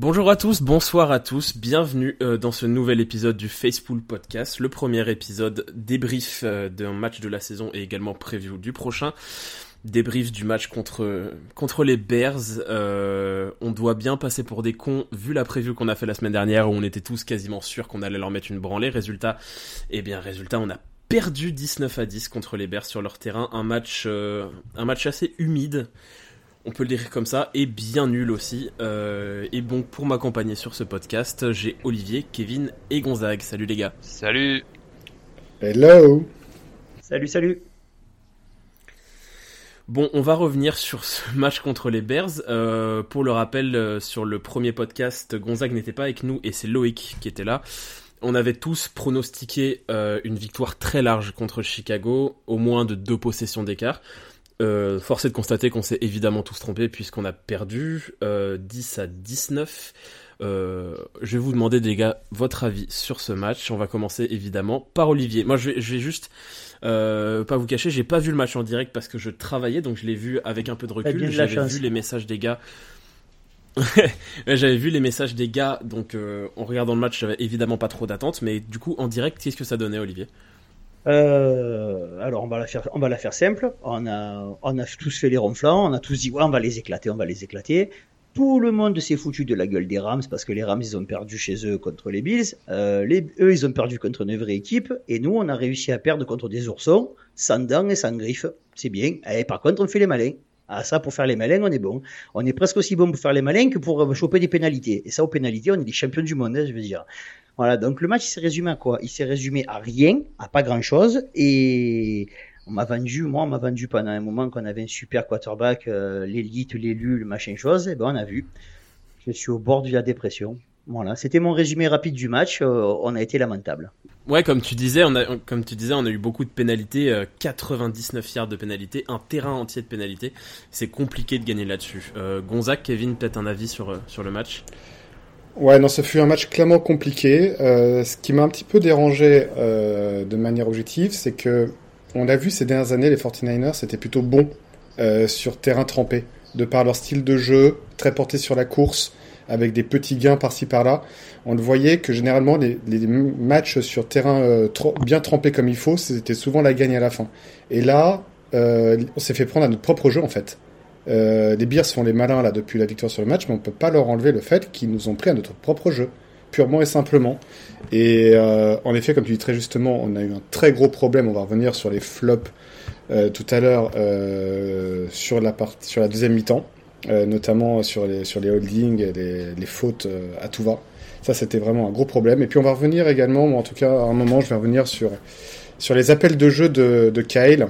Bonjour à tous, bonsoir à tous, bienvenue dans ce nouvel épisode du Facepool Podcast, le premier épisode débrief d'un match de la saison et également preview du prochain. Débrief du match contre les Bears. On doit bien passer pour des cons vu la preview qu'on a fait la semaine dernière où on était tous quasiment sûrs qu'on allait leur mettre une branlée. Résultat, on a perdu 19-10 contre les Bears sur leur terrain. Un match assez humide. On peut le dire comme ça, et bien nul aussi. Et bon, pour m'accompagner sur ce podcast, j'ai Olivier, Kevin et Gonzague. Salut les gars. Salut. Hello. Salut. Bon, on va revenir sur ce match contre les Bears. Pour le rappel, sur le premier podcast, Gonzague n'était pas avec nous et c'est Loïc qui était là. On avait tous pronostiqué une victoire très large contre Chicago, au moins de 2 possessions d'écart. Force est de constater qu'on s'est évidemment tous trompés puisqu'on a perdu 10-19. Je vais vous demander les gars votre avis sur ce match. On va commencer évidemment par Olivier. Moi je vais juste pas vous cacher, j'ai pas vu le match en direct parce que je travaillais, donc je l'ai vu avec un peu de recul. J'avais vu les messages des gars. J'avais vu les messages des gars, donc en regardant le match j'avais évidemment pas trop d'attente, mais du coup en direct qu'est-ce que ça donnait, Olivier? Alors on va la faire simple. On a tous fait les ronflants, on a tous dit ouais, on va les éclater. Tout le monde s'est foutu de la gueule des Rams parce que les Rams ils ont perdu chez eux contre les Bills. Eux ils ont perdu contre une vraie équipe et nous on a réussi à perdre contre des oursons sans dents et sans griffes. C'est bien. Et par contre on fait les malins. Ah ça, pour faire les malins on est bon. On est presque aussi bon pour faire les malins que pour choper des pénalités. Et ça, aux pénalités on est les champions du monde, je veux dire. Voilà, donc le match il s'est résumé à quoi? Il s'est résumé à rien, à pas grand chose, et on m'a vendu pendant un moment qu'on avait un super quarterback, l'élite, l'élu, le machin chose, et ben on a vu. Je suis au bord de la dépression. Voilà, c'était mon résumé rapide du match, on a été lamentable. Ouais, comme tu disais, on a eu beaucoup de pénalités, 99 yards de pénalités, un terrain entier de pénalités. C'est compliqué de gagner là-dessus. Gonzague, Kevin, peut-être un avis sur le match? Ouais, non, ce fut un match clairement compliqué. Ce qui m'a un petit peu dérangé de manière objective, c'est que on a vu ces dernières années, les 49ers, c'était plutôt bon sur terrain trempé, de par leur style de jeu, très porté sur la course, avec des petits gains par-ci par-là. On le voyait que généralement, les matchs sur terrain bien trempé comme il faut, c'était souvent la gagne à la fin. Et là, on s'est fait prendre à notre propre jeu, en fait. Les Bears font les malins là depuis la victoire sur le match, mais on peut pas leur enlever le fait qu'ils nous ont pris à notre propre jeu, purement et simplement. Et en effet, comme tu dis très justement, on a eu un très gros problème. On va revenir sur les flops tout à l'heure sur la deuxième mi-temps, notamment sur les holdings, et les fautes à tout va. Ça, c'était vraiment un gros problème. Et puis on va revenir également, ou en tout cas à un moment, je vais revenir sur les appels de jeu de Kyle.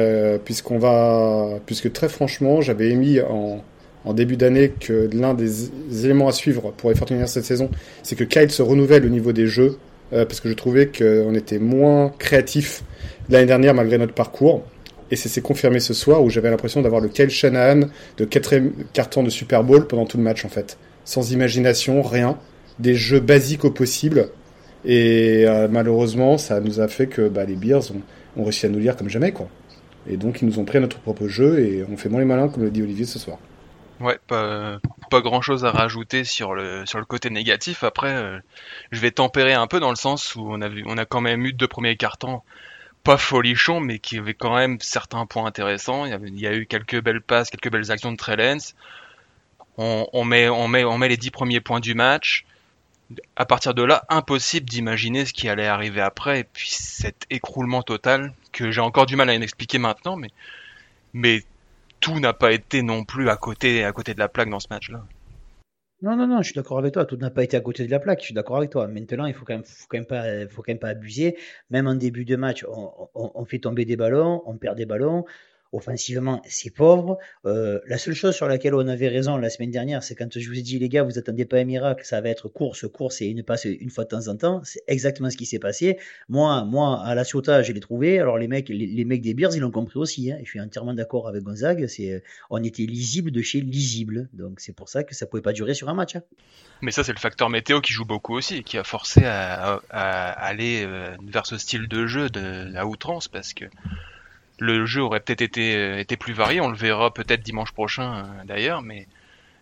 Puisque très franchement, j'avais émis en début d'année que l'un des éléments à suivre pour les 49ers cette saison, c'est que Kyle se renouvelle au niveau des jeux, parce que je trouvais qu'on était moins créatif l'année dernière malgré notre parcours. Et c'est confirmé ce soir où j'avais l'impression d'avoir le Kyle Shanahan de 4e carton de Super Bowl pendant tout le match en fait. Sans imagination, rien. Des jeux basiques au possible. Et malheureusement, ça nous a fait que les Bears ont réussi à nous lire comme jamais, quoi. Et donc, ils nous ont pris à notre propre jeu et on fait moins les malins, comme le dit Olivier ce soir. Ouais, pas grand chose à rajouter sur le côté négatif. Après, je vais tempérer un peu dans le sens où on a quand même eu 2 premiers cartons pas folichons, mais qui avaient quand même certains points intéressants. Il y a eu quelques belles passes, quelques belles actions de Trey Lance. On met les 10 premiers points du match. À partir de là, impossible d'imaginer ce qui allait arriver après, et puis cet écroulement total que j'ai encore du mal à expliquer maintenant, mais tout n'a pas été non plus à côté de la plaque dans ce match-là. Non, je suis d'accord avec toi. Tout n'a pas été à côté de la plaque. Je suis d'accord avec toi. Maintenant, il faut quand même pas abuser. Même en début de match, on fait tomber des ballons, on perd des ballons. Offensivement, c'est pauvre. La seule chose sur laquelle on avait raison la semaine dernière, c'est quand je vous ai dit, les gars, vous attendez pas un miracle, ça va être course et une passe une fois de temps en temps. C'est exactement ce qui s'est passé. Moi, à la Ciotat, je l'ai trouvé. Alors les mecs des Bears, ils l'ont compris aussi. Hein. Je suis entièrement d'accord avec Gonzague. On était lisible de chez lisible. Donc c'est pour ça que ça pouvait pas durer sur un match. Hein. Mais ça, c'est le facteur météo qui joue beaucoup aussi, qui a forcé à aller vers ce style de jeu à outrance, parce que le jeu aurait peut-être été plus varié, on le verra peut-être dimanche prochain d'ailleurs, mais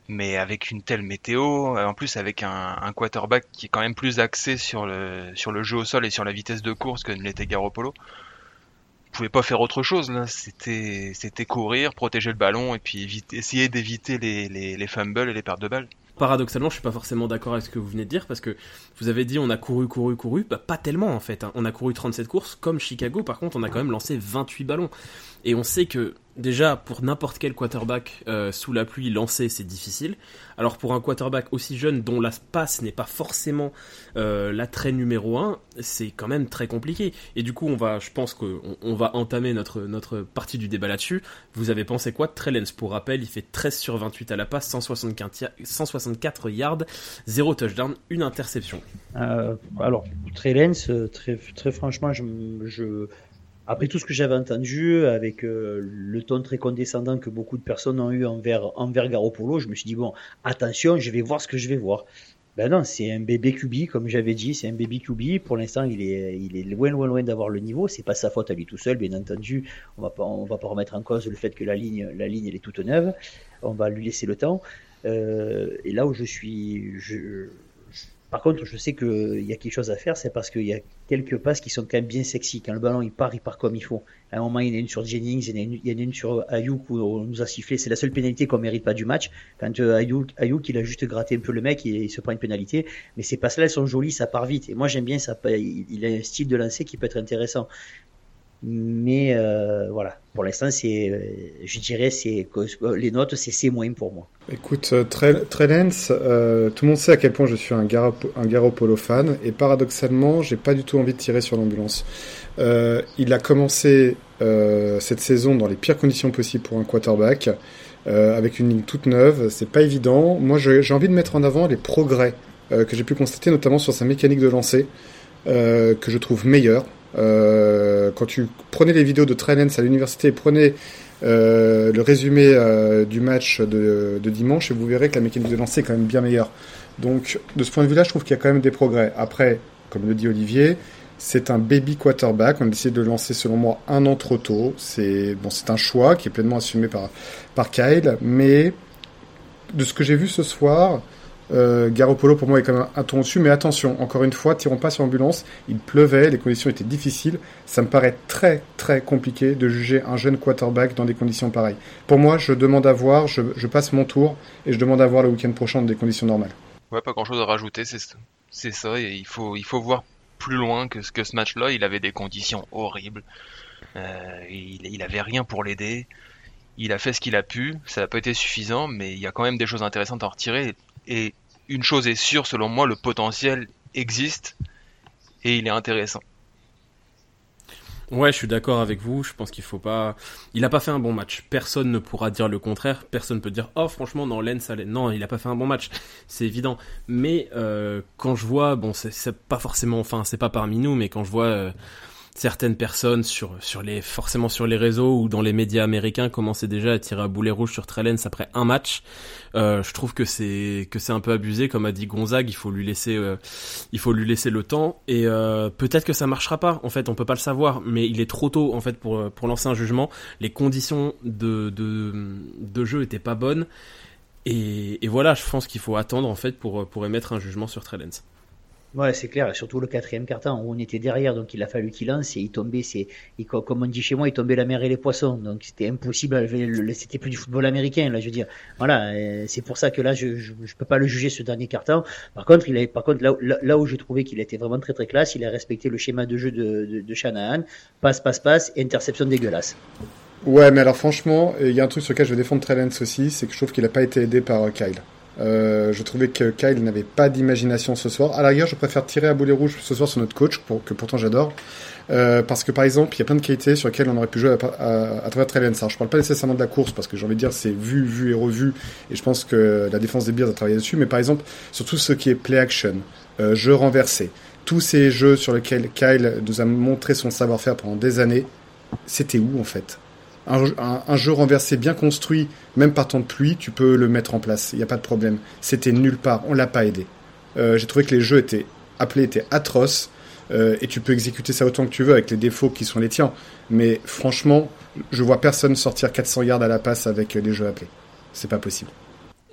Mais avec une telle météo, en plus avec un quarterback qui est quand même plus axé sur le jeu au sol et sur la vitesse de course que ne l'était Garoppolo, vous pouvez pas faire autre chose là. C'était courir, protéger le ballon et puis essayer d'éviter les fumbles et les pertes de balles. Paradoxalement, je suis pas forcément d'accord avec ce que vous venez de dire, parce que vous avez dit on a couru, bah pas tellement en fait, hein. On a couru 37 courses, comme Chicago, par contre on a quand même lancé 28 ballons. Et on sait que, déjà, pour n'importe quel quarterback sous la pluie, lancer c'est difficile. Alors pour un quarterback aussi jeune, dont la passe n'est pas forcément l'attrait numéro 1, c'est quand même très compliqué. Et du coup, je pense qu'on va entamer notre partie du débat là-dessus. Vous avez pensé quoi de Trey Lance? Pour rappel, il fait 13 sur 28 à la passe, 164 yards, 0 touchdown, 1 interception. Alors, Trey Lance, très franchement, après tout ce que j'avais entendu, avec le ton très condescendant que beaucoup de personnes ont eu envers Garoppolo, je me suis dit, bon, attention, je vais voir ce que je vais voir. Ben non, c'est un bébé QB, comme j'avais dit, c'est un bébé QB. Pour l'instant, il est loin d'avoir le niveau. C'est pas sa faute à lui tout seul, bien entendu. On va pas remettre en cause le fait que la ligne, elle est toute neuve. On va lui laisser le temps. Et là où par contre, je sais qu'il y a quelque chose à faire, c'est parce qu'il y a quelques passes qui sont quand même bien sexy. Quand le ballon il part comme il faut. À un moment, il y en a une sur Jennings, il y en a une sur Ayuk où on nous a sifflé. C'est la seule pénalité qu'on mérite pas du match. Quand Ayuk, il a juste gratté un peu le mec, il se prend une pénalité. Mais ces passes-là, elles sont jolies, ça part vite. Et moi, j'aime bien ça. Il a un style de lancer qui peut être intéressant. Mais voilà, pour l'instant, je dirais, les notes, c'est C- pour moi. Écoute, Trey Lance, tout le monde sait à quel point je suis un Garoppolo fan, et paradoxalement, j'ai pas du tout envie de tirer sur l'ambulance. Il a commencé cette saison dans les pires conditions possibles pour un quarterback, avec une ligne toute neuve, c'est pas évident. Moi, j'ai envie de mettre en avant les progrès que j'ai pu constater, notamment sur sa mécanique de lancer, que je trouve meilleure. Quand tu prenais les vidéos de Trey Lance à l'université, prenez le résumé du match de dimanche et vous verrez que la mécanique de lancer est quand même bien meilleure. Donc de ce point de vue-là, je trouve qu'il y a quand même des progrès. Après, comme le dit Olivier, c'est un baby quarterback. On a décidé de le lancer selon moi 1 an trop tôt. C'est un choix qui est pleinement assumé par Kyle, mais de ce que j'ai vu ce soir, Garoppolo pour moi est quand même un ton au-dessus, mais attention, encore une fois, tirons pas sur l'ambulance, il pleuvait, les conditions étaient difficiles, ça me paraît très très compliqué de juger un jeune quarterback dans des conditions pareilles. Pour moi, je demande à voir, je passe mon tour et je demande à voir le week-end prochain dans des conditions normales. Ouais, pas grand chose à rajouter, c'est ça, et il faut voir plus loin que ce match-là. Il avait des conditions horribles, il avait rien pour l'aider, il a fait ce qu'il a pu, ça n'a pas été suffisant, mais il y a quand même des choses intéressantes à en retirer. Et une chose est sûre, selon moi, le potentiel existe et il est intéressant. Ouais, je suis d'accord avec vous. Je pense qu'il faut pas. Il a pas fait un bon match. Personne ne pourra dire le contraire. Personne peut dire oh franchement non Lance allait. Non, il a pas fait un bon match. C'est évident. Mais quand je vois, bon c'est pas forcément, enfin c'est pas parmi nous, mais quand je vois certaines personnes forcément sur les réseaux ou dans les médias américains commençaient déjà à tirer à boulet rouge sur Trey Lance après un match. Je trouve que c'est un peu abusé, comme a dit Gonzague. Il faut lui laisser le temps et peut-être que ça marchera pas. En fait, on peut pas le savoir, mais il est trop tôt en fait pour lancer un jugement. Les conditions de jeu étaient pas bonnes et voilà. Je pense qu'il faut attendre en fait pour émettre un jugement sur Trey Lance. Ouais, c'est clair, et surtout le 4e quart-temps où on était derrière, donc il a fallu qu'il lance et il tombait, comme on dit chez moi, il tombait la mer et les poissons, donc c'était impossible, c'était plus du football américain, là, je veux dire. Voilà, c'est pour ça que là, je peux pas le juger ce dernier quart-temps. Par contre, là où j'ai trouvé qu'il était vraiment très très classe, il a respecté le schéma de jeu de Shanahan, passe, et interception dégueulasse. Ouais, mais alors franchement, il y a un truc sur lequel je vais défendre Trey Lance aussi, c'est que je trouve qu'il a pas été aidé par Kyle. Je trouvais que Kyle n'avait pas d'imagination ce soir. À la rigueur, je préfère tirer à boulet rouge ce soir sur notre coach, que pourtant j'adore. Parce que par exemple, il y a plein de qualités sur lesquelles on aurait pu jouer à travers Trey Lance. Alors, je parle pas nécessairement de la course, parce que j'ai envie de dire c'est vu et revu, et je pense que la défense des Bears a travaillé dessus, mais par exemple, sur tout ce qui est play action, jeu renversé, tous ces jeux sur lesquels Kyle nous a montré son savoir-faire pendant des années, c'était où en fait ? Un jeu renversé bien construit, même par temps de pluie, tu peux le mettre en place, il n'y a pas de problème. C'était nulle part, on l'a pas aidé. J'ai trouvé que les jeux étaient atroces, et tu peux exécuter ça autant que tu veux avec les défauts qui sont les tiens. Mais franchement, je vois personne sortir 400 yards à la passe avec les jeux appelés. C'est pas possible.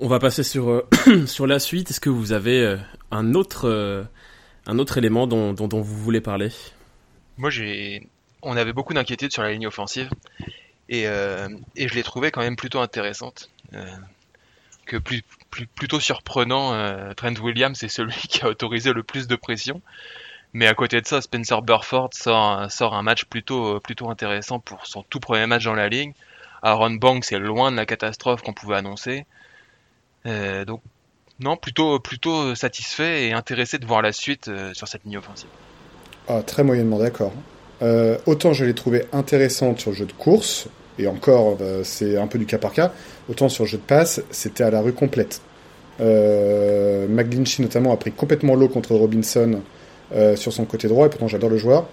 On va passer sur sur la suite. Est-ce que vous avez un autre élément dont vous voulez parler? Moi, on avait beaucoup d'inquiétudes sur la ligne offensive et je l'ai trouvée quand même plutôt intéressante. Que plutôt surprenant, Trent Williams est celui qui a autorisé le plus de pression. Mais à côté de ça, Spencer Burford sort un match plutôt intéressant pour son tout premier match dans la ligue. Aaron Banks est loin de la catastrophe qu'on pouvait annoncer. Donc non, plutôt satisfait et intéressé de voir la suite sur cette ligne offensive. Ah, très moyennement d'accord. Autant je l'ai trouvé intéressante sur le jeu de course, et encore c'est un peu du cas par cas, autant sur le jeu de passe, c'était à la rue complète. McGlinchey notamment a pris complètement l'eau contre Robinson sur son côté droit, et pourtant j'adore le joueur.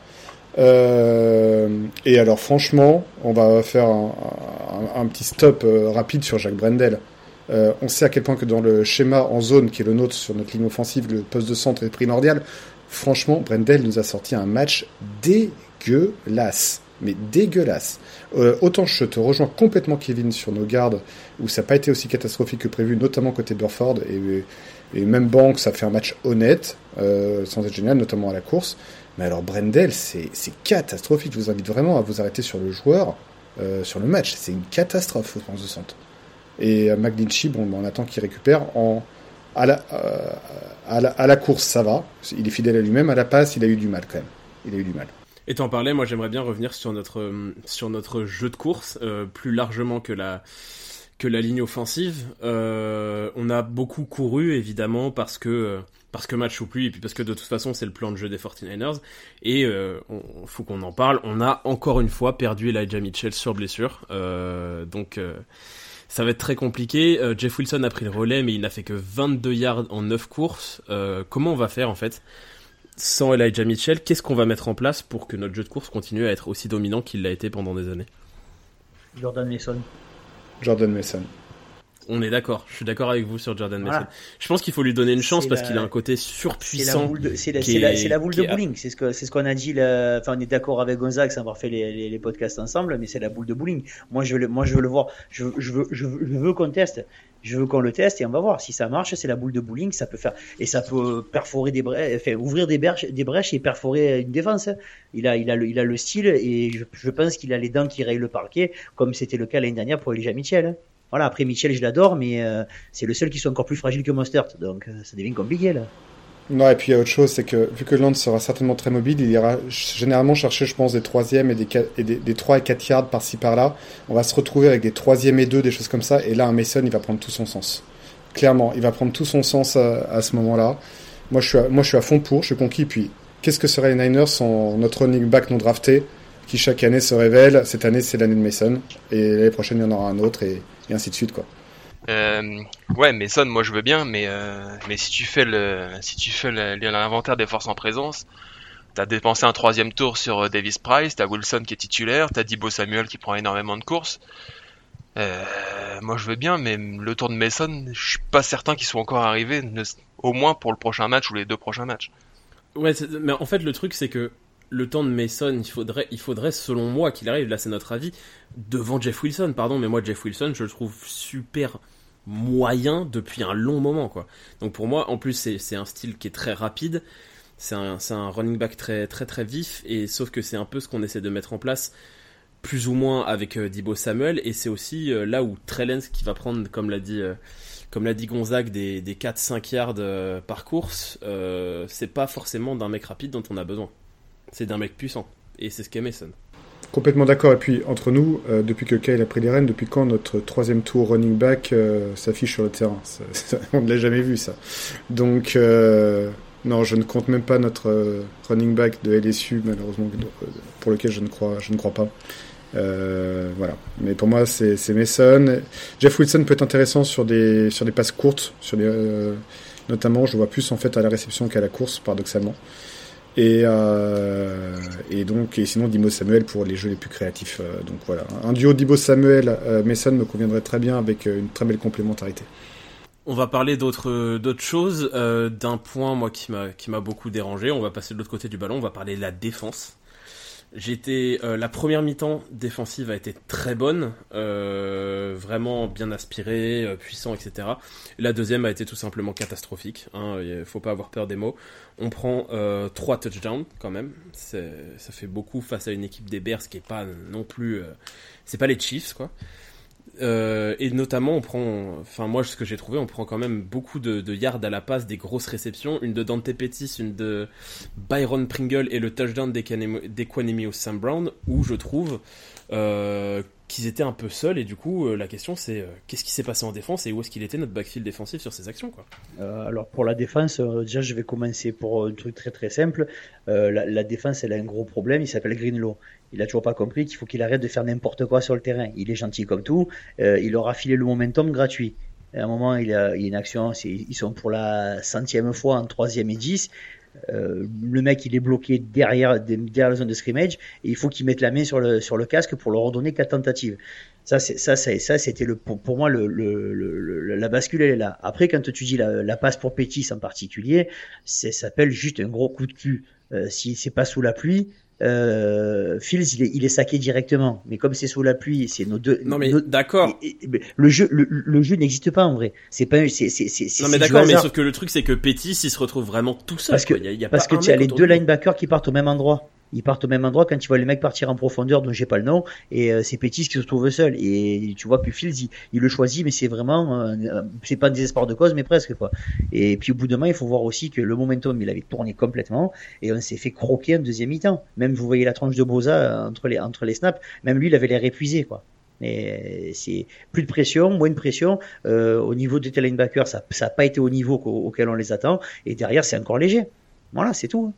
Et alors franchement, on va faire un petit stop rapide sur Jack Brendel. On sait à quel point que dans le schéma en zone qui est le nôtre sur notre ligne offensive, le poste de centre est primordial. Franchement, Brendel nous a sorti un match dégueulasse. Mais dégueulasse. Autant je te rejoins complètement, Kevin, sur nos gardes, où ça n'a pas été aussi catastrophique que prévu, notamment côté Burford, et même Banks, ça fait un match honnête, sans être génial, notamment à la course. Mais alors Brendel, c'est catastrophique. Je vous invite vraiment à vous arrêter sur le joueur, sur le match. C'est une catastrophe, au sens de centre. Et McGlinchey, on attend qu'il récupère. À la course, ça va. Il est fidèle à lui-même. À la passe, il a eu du mal, quand même. Il a eu du mal. Et t'en parlais, moi j'aimerais bien revenir sur notre jeu de course, plus largement que la ligne offensive. On a beaucoup couru, évidemment, parce que match ou plus, et puis parce que de toute façon c'est le plan de jeu des 49ers, et faut qu'on en parle. On a encore une fois perdu Elijah Mitchell sur blessure, donc ça va être très compliqué. Jeff Wilson a pris le relais, mais il n'a fait que 22 yards en 9 courses. Comment on va faire en fait sans Elijah Mitchell? Qu'est-ce qu'on va mettre en place pour que notre jeu de course continue à être aussi dominant qu'il l'a été pendant des années? Jordan Mason. On est d'accord, je suis d'accord avec vous sur Jordan Mason. Je pense qu'il faut lui donner une chance parce qu'il a un côté surpuissant. C'est la boule de bowling, c'est ce qu'on a dit. Enfin, on est d'accord avec Gonzague sans avoir fait les podcasts ensemble, mais c'est la boule de bowling. Moi, je veux le voir. Je veux qu'on teste. Je veux qu'on le teste et on va voir si ça marche. C'est la boule de bowling, ça peut faire et ça peut perforer ouvrir des brèches et perforer une défense. Il a le style et je pense qu'il a les dents qui rayent le parquet, comme c'était le cas l'année dernière pour Elijah Mitchell. Voilà, après Mitchell, je l'adore, mais c'est le seul qui soit encore plus fragile que Mostert, donc ça devient compliqué là. Non, et puis il y a autre chose, c'est que vu que Lance sera certainement très mobile, il ira généralement chercher, je pense, des 3e et des 3 et 4 yards par-ci par-là. On va se retrouver avec des 3e et 2, des choses comme ça, et là, un Mason, il va prendre tout son sens. Clairement, il va prendre tout son sens à ce moment-là. Moi, je suis à fond pour, je suis conquis. Puis, qu'est-ce que seraient les Niners sans notre running back non drafté, qui chaque année se révèle? Cette année, c'est l'année de Mason, et l'année prochaine, il y en aura un autre, et ainsi de suite, quoi. Ouais, Mason, moi je veux bien, mais si tu fais l'inventaire des forces en présence, t'as dépensé un 3e tour sur Davis Price, t'as Wilson qui est titulaire, t'as Deebo Samuel qui prend énormément de courses. Moi je veux bien, mais le tour de Mason, je suis pas certain qu'il soit encore arrivé, au moins pour le prochain match ou les 2 prochains matchs. Ouais, mais en fait le truc c'est que le temps de Mason, il faudrait selon moi qu'il arrive, là c'est notre avis, devant Jeff Wilson, mais moi Jeff Wilson je le trouve super moyen depuis un long moment, quoi. Donc pour moi, en plus c'est un style qui est très rapide, c'est un running back très très très vif, et sauf que c'est un peu ce qu'on essaie de mettre en place plus ou moins avec Deebo Samuel, et c'est aussi là où Trey Lance qui va prendre, comme l'a dit Gonzague, des 4-5 yards par course, c'est pas forcément d'un mec rapide dont on a besoin. C'est d'un mec puissant. Et c'est ce qu'est Mason. Complètement d'accord. Et puis, entre nous, depuis que Kyle a pris les rênes, depuis quand notre 3e tour running back s'affiche sur le terrain? On ne l'a jamais vu, ça. Donc, non, je ne compte même pas notre running back de LSU, malheureusement, pour lequel je ne crois pas. Voilà. Mais pour moi, c'est Mason. Jeff Wilson peut être intéressant sur des passes courtes, notamment, je le vois plus en fait à la réception qu'à la course, paradoxalement. Et sinon Deebo Samuel pour les jeux les plus créatifs. Donc voilà, un duo Deebo Samuel Mason me conviendrait très bien avec une très belle complémentarité. On va parler d'autres choses, d'un point moi qui m'a beaucoup dérangé. On va passer de l'autre côté du ballon, on va parler de la défense. La première mi-temps défensive a été très bonne, vraiment bien aspirée, puissant, etc. La deuxième a été tout simplement catastrophique. Il faut pas avoir peur des mots. On prend 3 touchdowns quand même. Ça fait beaucoup face à une équipe des Bears qui est pas non plus. C'est pas les Chiefs quoi. Et notamment moi ce que j'ai trouvé, on prend quand même beaucoup de yards à la passe, des grosses réceptions, une de Dante Pettis, une de Byron Pringle et le touchdown d'Equanimous Sam Brown, où je trouve qu'ils étaient un peu seuls, et du coup la question c'est qu'est-ce qui s'est passé en défense et où est-ce qu'il était notre backfield défensif sur ces actions quoi. Alors pour la défense, déjà je vais commencer pour un truc très très simple. La défense elle a un gros problème, il s'appelle Greenlaw. Il a toujours pas compris qu'il faut qu'il arrête de faire n'importe quoi sur le terrain. Il est gentil comme tout, il leur a filé le momentum gratuit. À un moment il y a une action, ils sont pour la 100e fois en 3e et 10. Le mec il est bloqué derrière la zone de scrimmage et il faut qu'il mette la main sur le casque pour leur redonner 4 tentatives. Ça c'était pour moi la bascule elle est là. Après quand tu dis la passe pour Pettis en particulier, ça s'appelle juste un gros coup de cul. Si c'est pas sous la pluie, Fields il est saqué directement, mais comme c'est sous la pluie, c'est nos deux. Non mais d'accord. Le jeu n'existe pas en vrai. C'est pas. Non mais d'accord, mais sauf que le truc c'est que Pettis il se retrouve vraiment tout seul. Parce que tu as les deux linebackers qui partent au même endroit. Ils partent au même endroit quand tu vois les mecs partir en profondeur dont j'ai pas le nom, et c'est Pettis qui se trouve seul, et tu vois puis Fields il le choisit, mais c'est vraiment c'est pas un désespoir de cause mais presque quoi. Et puis au bout d'un moment il faut voir aussi que le momentum il avait tourné complètement et on s'est fait croquer en deuxième mi-temps. Même vous voyez la tranche de Bosa entre les snaps, même lui il avait l'air épuisé quoi. Mais c'est plus de pression, moins de pression au niveau des linebackers, ça a pas été au niveau auquel on les attend, et derrière c'est encore léger. Voilà, c'est tout.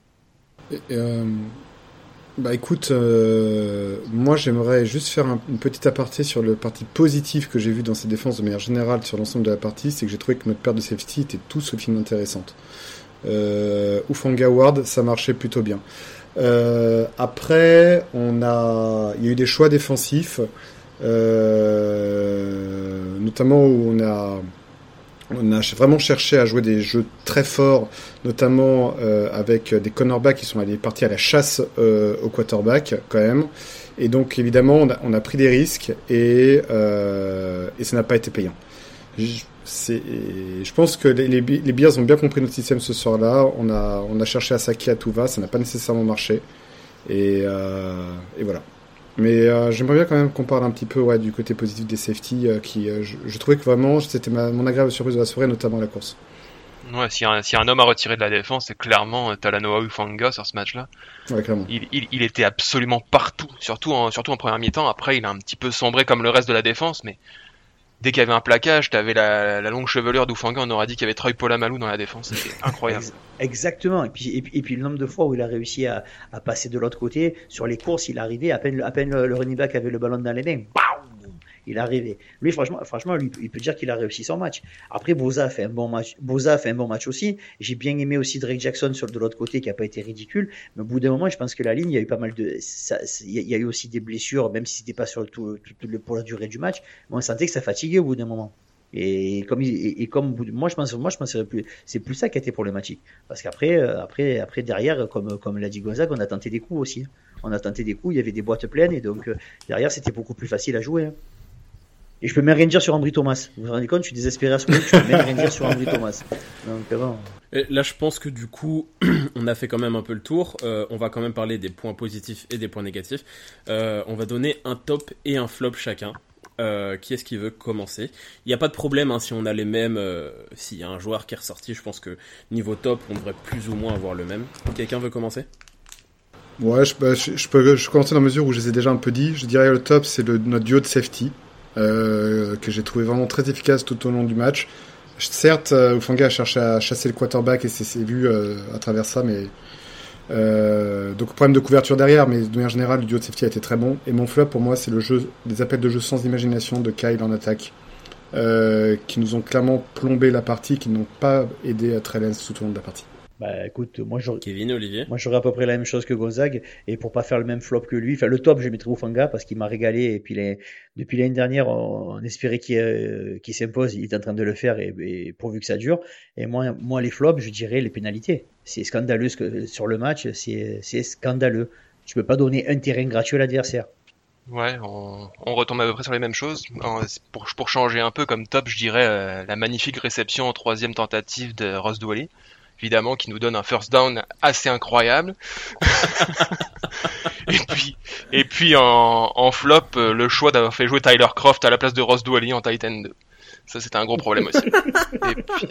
Bah écoute, moi j'aimerais juste faire une petite aparté sur le parti positif que j'ai vu dans ces défenses de manière générale sur l'ensemble de la partie, c'est que j'ai trouvé que notre paire de safety était tout sauf inintéressante. Hufanga Ward, ça marchait plutôt bien. Après, il y a eu des choix défensifs, notamment où on a vraiment cherché à jouer des jeux très forts, notamment avec des cornerbacks qui sont partis à la chasse au quarterback quand même. Et donc évidemment on a pris des risques et ça n'a pas été payant. Je pense que les Bears ont bien compris notre système ce soir-là. On a cherché à saquer à tout va, ça n'a pas nécessairement marché. Et voilà. Mais j'aimerais bien quand même qu'on parle un petit peu du côté positif des safety qui je trouvais que vraiment c'était mon agréable surprise de la soirée, notamment la course. Ouais, si un homme à retirer de la défense, c'est clairement Talanoa Hufanga sur ce match-là. Ouais, clairement. Il était absolument partout, surtout en première mi-temps. Après, il a un petit peu sombré comme le reste de la défense, mais dès qu'il y avait un plaquage, t'avais la longue chevelure d'Hufanga, on aurait dit qu'il y avait Troy Polamalu dans la défense. C'était incroyable. Exactement. Et puis le nombre de fois où il a réussi à passer de l'autre côté, sur les courses, il arrivait, à peine le running back avait le ballon dans les mains, bam, il arrivait. Lui, franchement, lui, il peut dire qu'il a réussi son match. Après, Bosa a fait un bon match aussi. J'ai bien aimé aussi Drake Jackson de l'autre côté, qui a pas été ridicule. Mais au bout d'un moment, je pense que la ligne, il y a eu pas mal il y a eu aussi des blessures, même si c'était pas sur pour la durée du match. Mais on sentait que ça fatiguait au bout d'un moment. Et comme moi je pense c'est plus ça qui a été problématique, parce qu'après derrière, comme l'a dit Gonzague, on a tenté des coups aussi. On a tenté des coups, il y avait des boîtes pleines, et donc derrière c'était beaucoup plus facile à jouer. Et je peux même rien dire sur Ambry Thomas. Vous vous rendez compte, je suis désespéré à ce moment, je peux même rien dire sur Ambry Thomas. Donc bon. Et là, je pense que du coup, on a fait quand même un peu le tour. On va quand même parler des points positifs et des points négatifs. On va donner un top et un flop chacun. Qui est-ce qui veut commencer? Il n'y a pas de problème si on a les mêmes. S'il y a un joueur qui est ressorti, je pense que niveau top, on devrait plus ou moins avoir le même. Quelqu'un veut commencer? Ouais, je peux commencer dans la mesure où je les ai déjà un peu dit. Je dirais le top, c'est notre duo de safety, que j'ai trouvé vraiment très efficace tout au long du match. Certes, Hufanga a cherché à chasser le quarterback et c'est vu à travers ça, mais donc problème de couverture derrière, mais de manière générale le duo de safety a été très bon. Et mon flop pour moi c'est des appels de jeu sans imagination de Kyle en attaque, qui nous ont clairement plombé la partie, qui n'ont pas aidé à Trellens tout au long de la partie. Bah écoute, Kevin, Olivier. Moi j'aurais à peu près la même chose que Gonzague, et pour pas faire le même flop que lui, enfin le top je mettrais Hufanga parce qu'il m'a régalé, et puis depuis l'année dernière on espérait qu'il s'impose, il est en train de le faire, et pourvu que ça dure. Et moi les flops je dirais les pénalités. C'est scandaleux sur le match, c'est scandaleux. Tu peux pas donner un terrain gratuit à l'adversaire. Ouais, on retombe à peu près sur les mêmes choses. Pour changer un peu, comme top, je dirais la magnifique réception en 3e tentative de Ross Dwelly, évidemment, qui nous donne un first down assez incroyable. et puis en flop, le choix d'avoir fait jouer Tyler Croft à la place de Ross Dwelly en Titan 2. Ça, c'était un gros problème aussi. Et puis...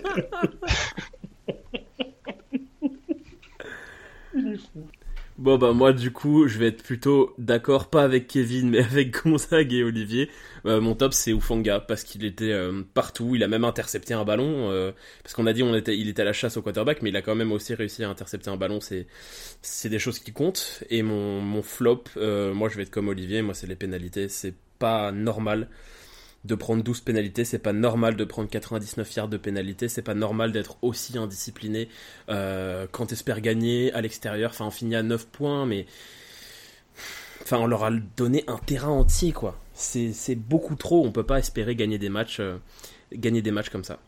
Bon bah moi du coup je vais être plutôt d'accord, pas avec Kevin mais avec Gonzague et Olivier. Mon top c'est Hufanga parce qu'il était partout, il a même intercepté un ballon, parce qu'on a dit il était à la chasse au quarterback mais il a quand même aussi réussi à intercepter un ballon, c'est des choses qui comptent. Et mon flop, moi je vais être comme Olivier, moi c'est les pénalités, c'est pas normal de prendre 12 pénalités, c'est pas normal de prendre 99 yards de pénalités, c'est pas normal d'être aussi indiscipliné quand t'espères gagner à l'extérieur. Enfin, on finit à 9 points, mais enfin, on leur a donné un terrain entier, quoi. C'est beaucoup trop, on peut pas espérer gagner des matchs comme ça.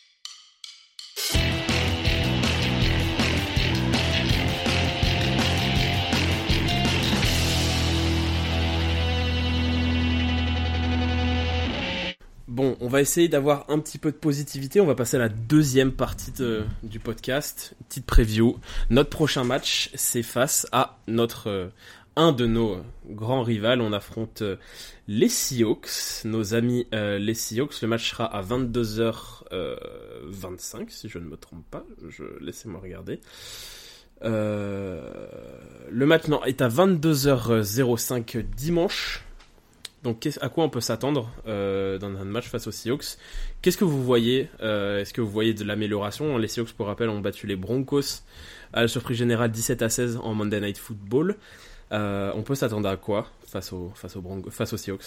Bon, on va essayer d'avoir un petit peu de positivité. On va passer à la deuxième partie du podcast. Petite preview. Notre prochain match, c'est face à un de nos grands rivales. On affronte les Seahawks, nos amis les Seahawks. Le match sera à 22h25, si je ne me trompe pas. Laissez-moi regarder. Le match est à 22h05 dimanche. Donc, à quoi on peut s'attendre dans un match face aux Seahawks ? Qu'est-ce que vous voyez ? Est-ce que vous voyez de l'amélioration ? Les Seahawks, pour rappel, ont battu les Broncos à la surprise générale 17-16 en Monday Night Football. On peut s'attendre à quoi face aux Seahawks ?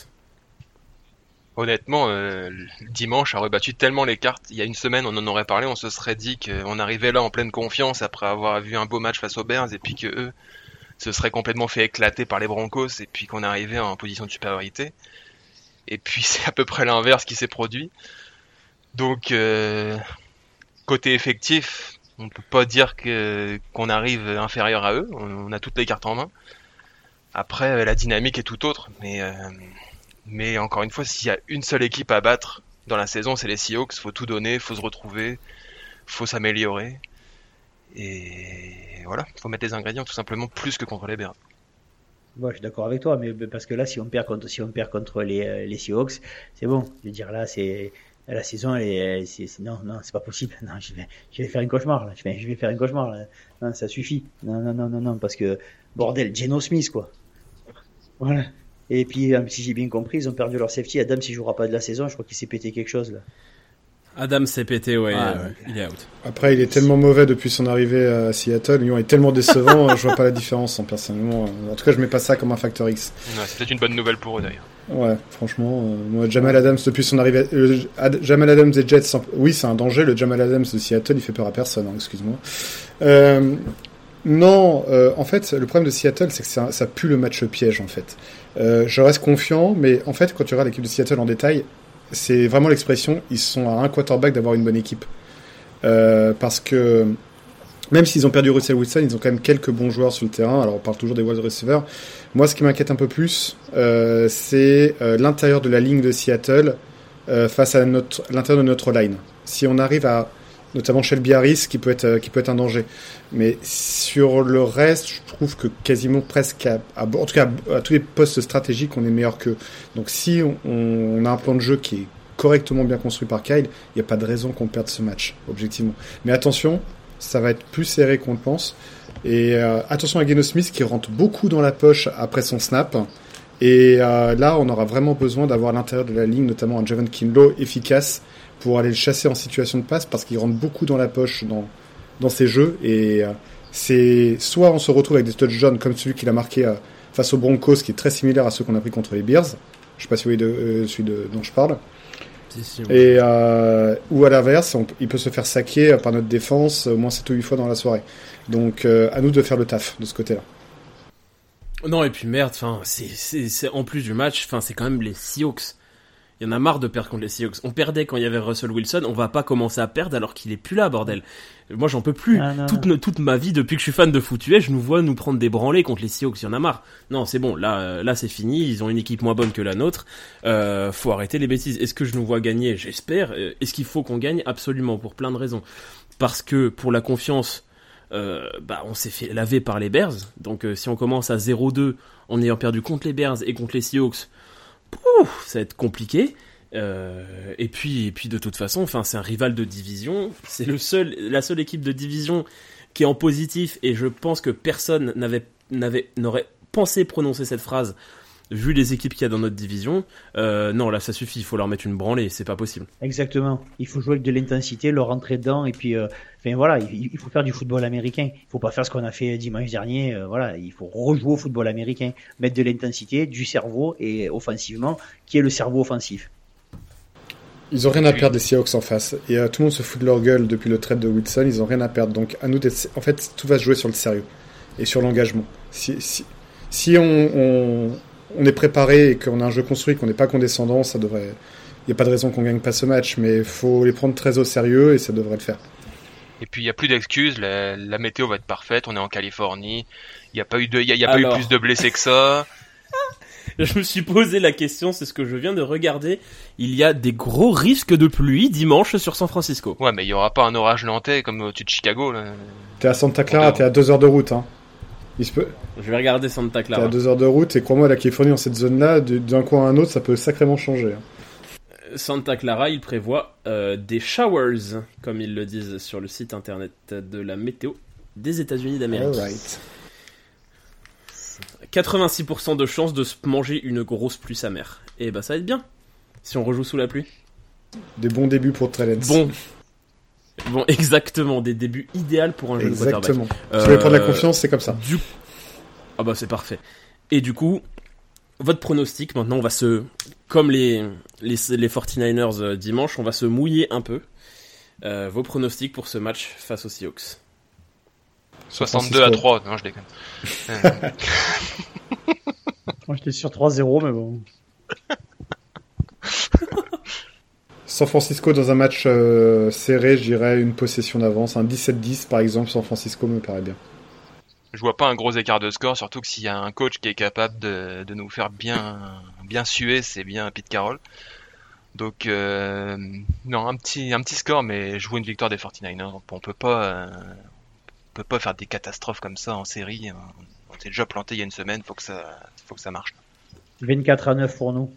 Honnêtement, dimanche a rebattu tellement les cartes. Il y a une semaine, on en aurait parlé, on se serait dit qu'on arrivait là en pleine confiance après avoir vu un beau match face aux Bears et puis que eux se serait complètement fait éclater par les Broncos et puis qu'on arrivait en position de supériorité. Et puis c'est à peu près l'inverse qui s'est produit. Donc côté effectif, on peut pas dire qu'on arrive inférieur à eux. On a toutes les cartes en main. Après la dynamique est tout autre, mais encore une fois, s'il y a une seule équipe à battre dans la saison, c'est les Seahawks. Faut tout donner, faut se retrouver, faut s'améliorer. Et voilà, faut mettre les ingrédients tout simplement plus que contre les Bears. Bon, je suis d'accord avec toi, mais parce que là, si on perd contre les Seahawks, c'est bon. Je veux dire, là, c'est la saison, non, c'est pas possible. Non, je vais faire un cauchemar. Là. Je vais faire un cauchemar. Là. Non, ça suffit. Non, parce que bordel, Geno Smith, quoi. Voilà. Et puis, si j'ai bien compris, ils ont perdu leur safety. Adam, s'il jouera pas de la saison, je crois qu'il s'est pété quelque chose là. Adam s'est pété, ouais, il est out. Après, il est tellement mauvais depuis son arrivée à Seattle, Lyon est tellement décevant, je vois pas la différence, personnellement. En tout cas, je mets pas ça comme un facteur X. Ouais, c'est peut-être une bonne nouvelle pour eux, d'ailleurs. Ouais, franchement, moi, Jamal Adams, depuis son arrivée, Jamal Adams des Jets, oui, c'est un danger, le Jamal Adams de Seattle, il fait peur à personne, excuse-moi. Non, en fait, le problème de Seattle, c'est que ça pue le match piège, en fait. Je reste confiant, mais en fait, quand tu regardes l'équipe de Seattle en détail, c'est vraiment l'expression, ils sont à un quarterback d'avoir une bonne équipe. Parce que même s'ils ont perdu Russell Wilson, ils ont quand même quelques bons joueurs sur le terrain. Alors on parle toujours des wide receivers. Moi, ce qui m'inquiète un peu plus, c'est l'intérieur de la ligne de Seattle face à l'intérieur de notre line. Si on arrive à, notamment Shelby Harris, qui peut être un danger. Mais sur le reste, je trouve que quasiment presque, en tout cas à tous les postes stratégiques, on est meilleur qu'eux. Donc si on a un plan de jeu qui est correctement bien construit par Kyle, il n'y a pas de raison qu'on perde ce match, objectivement. Mais attention, ça va être plus serré qu'on le pense. Et attention à Geno Smith qui rentre beaucoup dans la poche après son snap. Et là, on aura vraiment besoin d'avoir à l'intérieur de la ligne, notamment un Javon Kinlaw efficace pour aller le chasser en situation de passe, parce qu'il rentre beaucoup dans la poche dans ses jeux. Et c'est soit on se retrouve avec des touchdowns comme celui qu'il a marqué face aux Broncos, qui est très similaire à ceux qu'on a pris contre les Bears. Je sais pas si vous voyez celui dont je parle. Et ou à l'inverse, il peut se faire saquer par notre défense au moins 7 ou 8 fois dans la soirée. Donc à nous de faire le taf de ce côté-là. Non, et puis merde, c'est en plus du match, c'est quand même les Seahawks. Il y en a marre de perdre contre les Seahawks. On perdait quand il y avait Russell Wilson, on va pas commencer à perdre alors qu'il est plus là, bordel. Moi, j'en peux plus. Toute ma vie, depuis que je suis fan de foot US, je nous vois nous prendre des branlées contre les Seahawks. Il y en a marre. Non, c'est bon. Là, c'est fini. Ils ont une équipe moins bonne que la nôtre. Faut arrêter les bêtises. Est-ce que je nous vois gagner? J'espère. Est-ce qu'il faut qu'on gagne? Absolument, pour plein de raisons. Parce que pour la confiance, on s'est fait laver par les Bears. Donc, si on commence à 0-2 en ayant perdu contre les Bears et contre les Seahawks, ça va être compliqué. Et puis de toute façon, c'est un rival de division. C'est la seule équipe de division qui est en positif. Et je pense que personne n'aurait pensé prononcer cette phrase vu les équipes qu'il y a dans notre division. Non, là ça suffit. Il faut leur mettre une branlée. C'est pas possible. Exactement. Il faut jouer avec de l'intensité, leur rentrer dedans. Et puis, voilà, il faut faire du football américain. Il faut pas faire ce qu'on a fait dimanche dernier. Voilà, il faut rejouer au football américain, mettre de l'intensité, du cerveau et offensivement, qui est le cerveau offensif. Ils ont rien à perdre, les Seahawks en face. Et tout le monde se fout de leur gueule depuis le trade de Wilson. Ils ont rien à perdre. Donc, à nous en fait, tout va se jouer sur le sérieux et sur l'engagement. Si on est préparé et qu'on a un jeu construit, qu'on n'est pas condescendant, ça devrait. Il n'y a pas de raison qu'on gagne pas ce match, mais il faut les prendre très au sérieux et ça devrait le faire. Et puis il n'y a plus d'excuses. La météo va être parfaite. On est en Californie. Il n'y a pas eu plus de blessés que ça. Je me suis posé la question, c'est ce que je viens de regarder. Il y a des gros risques de pluie dimanche sur San Francisco. Ouais, mais il n'y aura pas un orage nantais comme au-dessus de Chicago, là. T'es à Santa Clara, t'es à 2 heures de route, hein. Il se peut. Je vais regarder Santa Clara. T'es à 2 heures de route, et crois-moi, la Californie, dans cette zone-là, d'un coin à un autre, ça peut sacrément changer. Santa Clara, il prévoit des showers, comme ils le disent sur le site internet de la météo des États-Unis d'Amérique. Alright. 86% de chances de se manger une grosse pluie sa mère. Et bah ça va être bien, si on rejoue sous la pluie. Des bons débuts pour Trellens. Bon, exactement, des débuts idéaux pour un jeune quarterback. Exactement. Si vous voulez prendre la confiance, c'est comme ça. Ah bah c'est parfait. Et du coup, votre pronostic, maintenant on va comme les 49ers dimanche, on va se mouiller un peu. Vos pronostics pour ce match face aux Seahawks. 62-3, non je déconne. Moi j'étais sur 3-0, mais bon. San Francisco dans un match serré, je dirais une possession d'avance. Un 17-10 par exemple, San Francisco me paraît bien. Je vois pas un gros écart de score, surtout que s'il y a un coach qui est capable de nous faire bien suer, c'est bien Pete Carroll. Donc non, un petit score, mais je vois une victoire des 49ers. On peut pas faire des catastrophes comme ça en série. On s'est déjà planté il y a une semaine, faut que ça marche. 24-9 pour nous.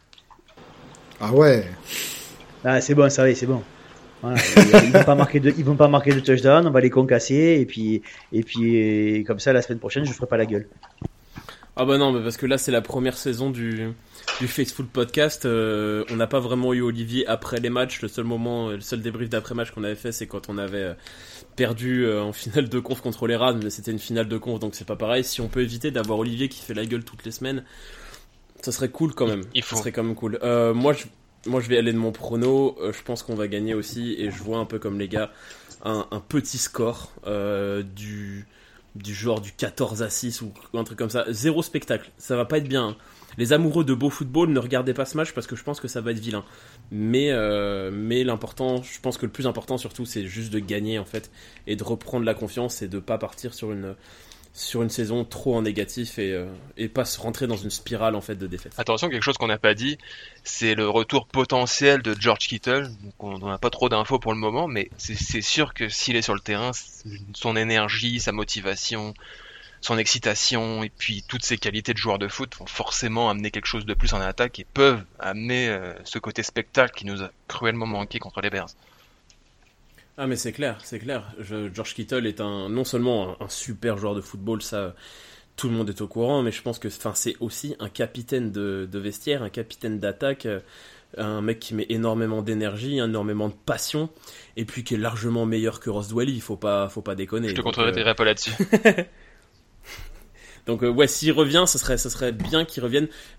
Ah ouais. Ah, c'est bon, ça y est, c'est bon. Voilà, ils vont pas marquer de touchdown, on va les concasser et puis comme ça la semaine prochaine je ferai pas la gueule. Ah bah non, mais parce que là c'est la première saison du Faceful Podcast. On n'a pas vraiment eu Olivier après les matchs. Le seul débrief d'après match qu'on avait fait, c'est quand on avait perdu en finale de conf contre les Rams, mais c'était une finale de conf, donc c'est pas pareil. Si on peut éviter d'avoir Olivier qui fait la gueule toutes les semaines, ça serait cool quand même. Ça serait quand même cool. Moi je vais aller de mon prono. Je pense qu'on va gagner aussi, et je vois un peu comme les gars un petit score du genre du 14-6 ou un truc comme ça. Zéro spectacle, ça va pas être bien, hein. Les amoureux de beau football, ne regardez pas ce match parce que je pense que ça va être vilain. Mais l'important, je pense que le plus important surtout, c'est juste de gagner en fait, et de reprendre la confiance et de pas partir sur une saison trop en négatif et pas se rentrer dans une spirale en fait de défaite. Attention, quelque chose qu'on n'a pas dit, c'est le retour potentiel de George Kittle. Donc on n'a pas trop d'infos pour le moment, mais c'est sûr que s'il est sur le terrain, son énergie, sa motivation, son excitation et puis toutes ses qualités de joueur de foot vont forcément amener quelque chose de plus en attaque et peuvent amener ce côté spectacle qui nous a cruellement manqué contre les Bears. Ah mais c'est clair. George Kittle est non seulement un super joueur de football, ça tout le monde est au courant, mais je pense que c'est aussi un capitaine de vestiaire, un capitaine d'attaque, un mec qui met énormément d'énergie, énormément de passion, et puis qui est largement meilleur que Ross Dwelly, faut pas déconner. Je te contredirai pas là-dessus. Donc ouais, s'il revient, ça serait bien qu'il revienne.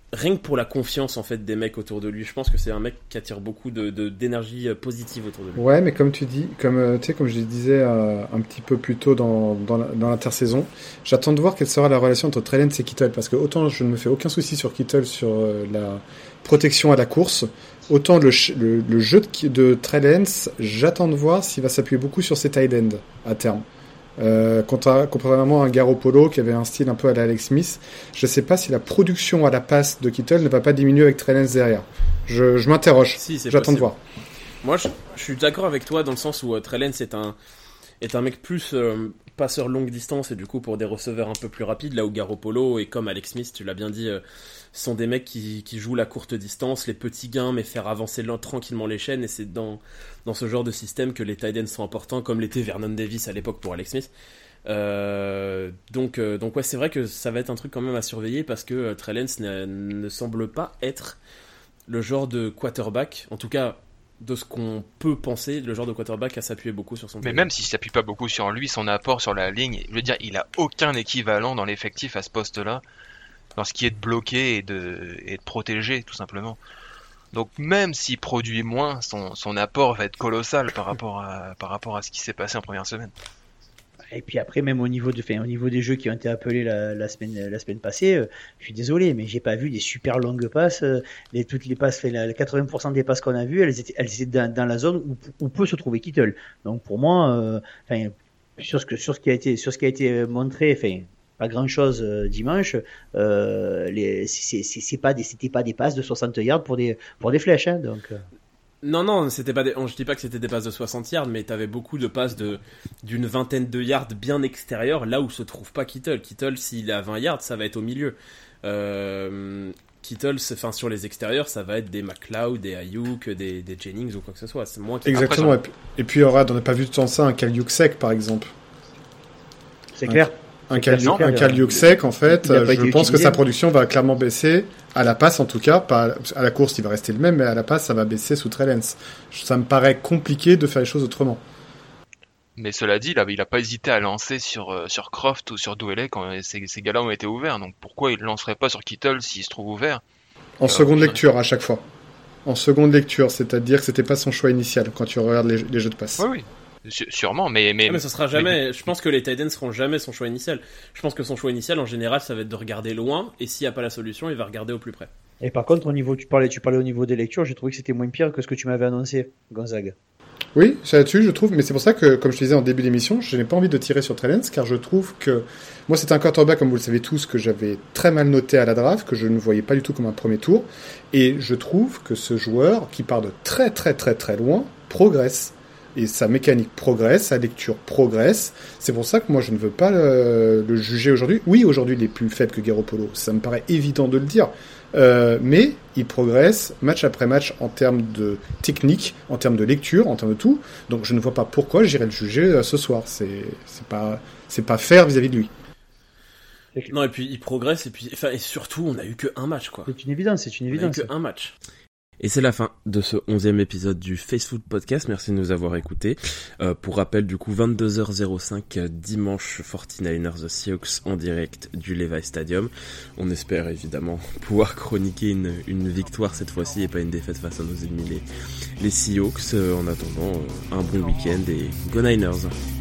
rien que pour la confiance en fait des mecs autour de lui. Je pense que c'est un mec qui attire beaucoup d'énergie positive autour de lui. Ouais, mais comme tu dis, comme je le disais un petit peu plus tôt dans l'intersaison, j'attends de voir quelle sera la relation entre Trey Lance et Kittle, parce que autant je ne me fais aucun souci sur Kittle sur la protection à la course, autant le jeu de Trey Lance, j'attends de voir s'il va s'appuyer beaucoup sur ses tight ends à terme. Contrairement à un Garoppolo qui avait un style un peu à la Alex Smith, je sais pas si la production à la passe de Kittle ne va pas diminuer avec Trey Lance derrière. Je m'interroge. Si, j'attends de voir. Moi, je suis d'accord avec toi dans le sens où Trey Lance est un mec plus passeur longue distance et du coup pour des receveurs un peu plus rapides, là où Garoppolo et comme Alex Smith, tu l'as bien dit, sont des mecs qui jouent la courte distance, les petits gains, mais faire avancer tranquillement les chaînes, et c'est dans ce genre de système que les tight ends sont importants, comme l'était Vernon Davis à l'époque pour Alex Smith. Donc ouais, c'est vrai que ça va être un truc quand même à surveiller, parce que Trey Lance ne semble pas être le genre de quarterback, en tout cas de ce qu'on peut penser, le genre de quarterback à s'appuyer beaucoup sur son Mais même s'il s'appuie pas beaucoup sur lui, son apport sur la ligne, je veux dire, il a aucun équivalent dans l'effectif à ce poste-là, dans ce qui est de bloquer et de protéger, tout simplement. Donc même s'il produit moins, son apport va être colossal par rapport à ce qui s'est passé en première semaine. Et puis après, même au niveau des jeux qui ont été appelés la semaine passée, je suis désolé, mais j'ai pas vu des super longues passes. Toutes les passes, 80% des passes qu'on a vues, elles étaient dans la zone où peut se trouver Kittle. Donc pour moi, sur ce qui a été montré, pas grand chose dimanche. C'était pas des passes de 60 yards pour des flèches, hein, donc. Non, c'était pas je dis pas que c'était des passes de 60 yards, mais t'avais beaucoup de passes d'une vingtaine de yards bien extérieures, là où se trouve pas Kittle. Kittle, s'il est à 20 yards, ça va être au milieu. Kittle, sur les extérieurs, ça va être des McLeod, des Ayuk, des Jennings ou quoi que ce soit. C'est moins exactement. Et puis, on n'a pas vu de temps ça un Khalil Sek, par exemple. C'est clair. Un Khalil Sek, en fait, je pense que sa production va clairement baisser. À la passe, en tout cas, pas à la course, il va rester le même, mais à la passe, ça va baisser sous Trey Lance. Ça me paraît compliqué de faire les choses autrement. Mais cela dit, là, il a pas hésité à lancer sur Croft ou sur Douellet quand ces gars-là ont été ouverts. Donc pourquoi il lancerait pas sur Kittle s'il se trouve ouvert? En seconde lecture, à chaque fois. En seconde lecture, c'est-à-dire que c'était pas son choix initial quand tu regardes les jeux de passe. Oui. Sûrement, mais ça sera jamais. Je pense que les tight ends seront jamais son choix initial. Je pense que son choix initial, en général, ça va être de regarder loin, et s'il n'y a pas la solution, il va regarder au plus près. Et par contre, tu parlais au niveau des lectures, j'ai trouvé que c'était moins pire que ce que tu m'avais annoncé, Gonzague. Oui, c'est là-dessus, je trouve, mais c'est pour ça que, comme je te disais en début d'émission, je n'ai pas envie de tirer sur Trey Lance, car je trouve que moi, c'est un quarterback, comme vous le savez tous, que j'avais très mal noté à la draft, que je ne voyais pas du tout comme un premier tour, et je trouve que ce joueur, qui part de très très très très loin, progresse. Et sa mécanique progresse, sa lecture progresse. C'est pour ça que moi je ne veux pas le juger aujourd'hui. Oui, aujourd'hui il est plus faible que Garoppolo, ça me paraît évident de le dire. Mais il progresse match après match en termes de technique, en termes de lecture, en termes de tout. Donc je ne vois pas pourquoi j'irais le juger ce soir. C'est pas fair vis-à-vis de lui. Non, et puis il progresse, et surtout on a eu que un match, quoi. C'est une évidence. On a eu que un match. Et c'est la fin de ce 11e épisode du Facefoot Podcast. Merci de nous avoir écoutés. Pour rappel, du coup, 22h05 dimanche, 49ers The Seahawks en direct du Levi Stadium. On espère évidemment pouvoir chroniquer une victoire cette fois-ci et pas une défaite face à nos ennemis les Seahawks. En attendant, un bon week-end et go Niners.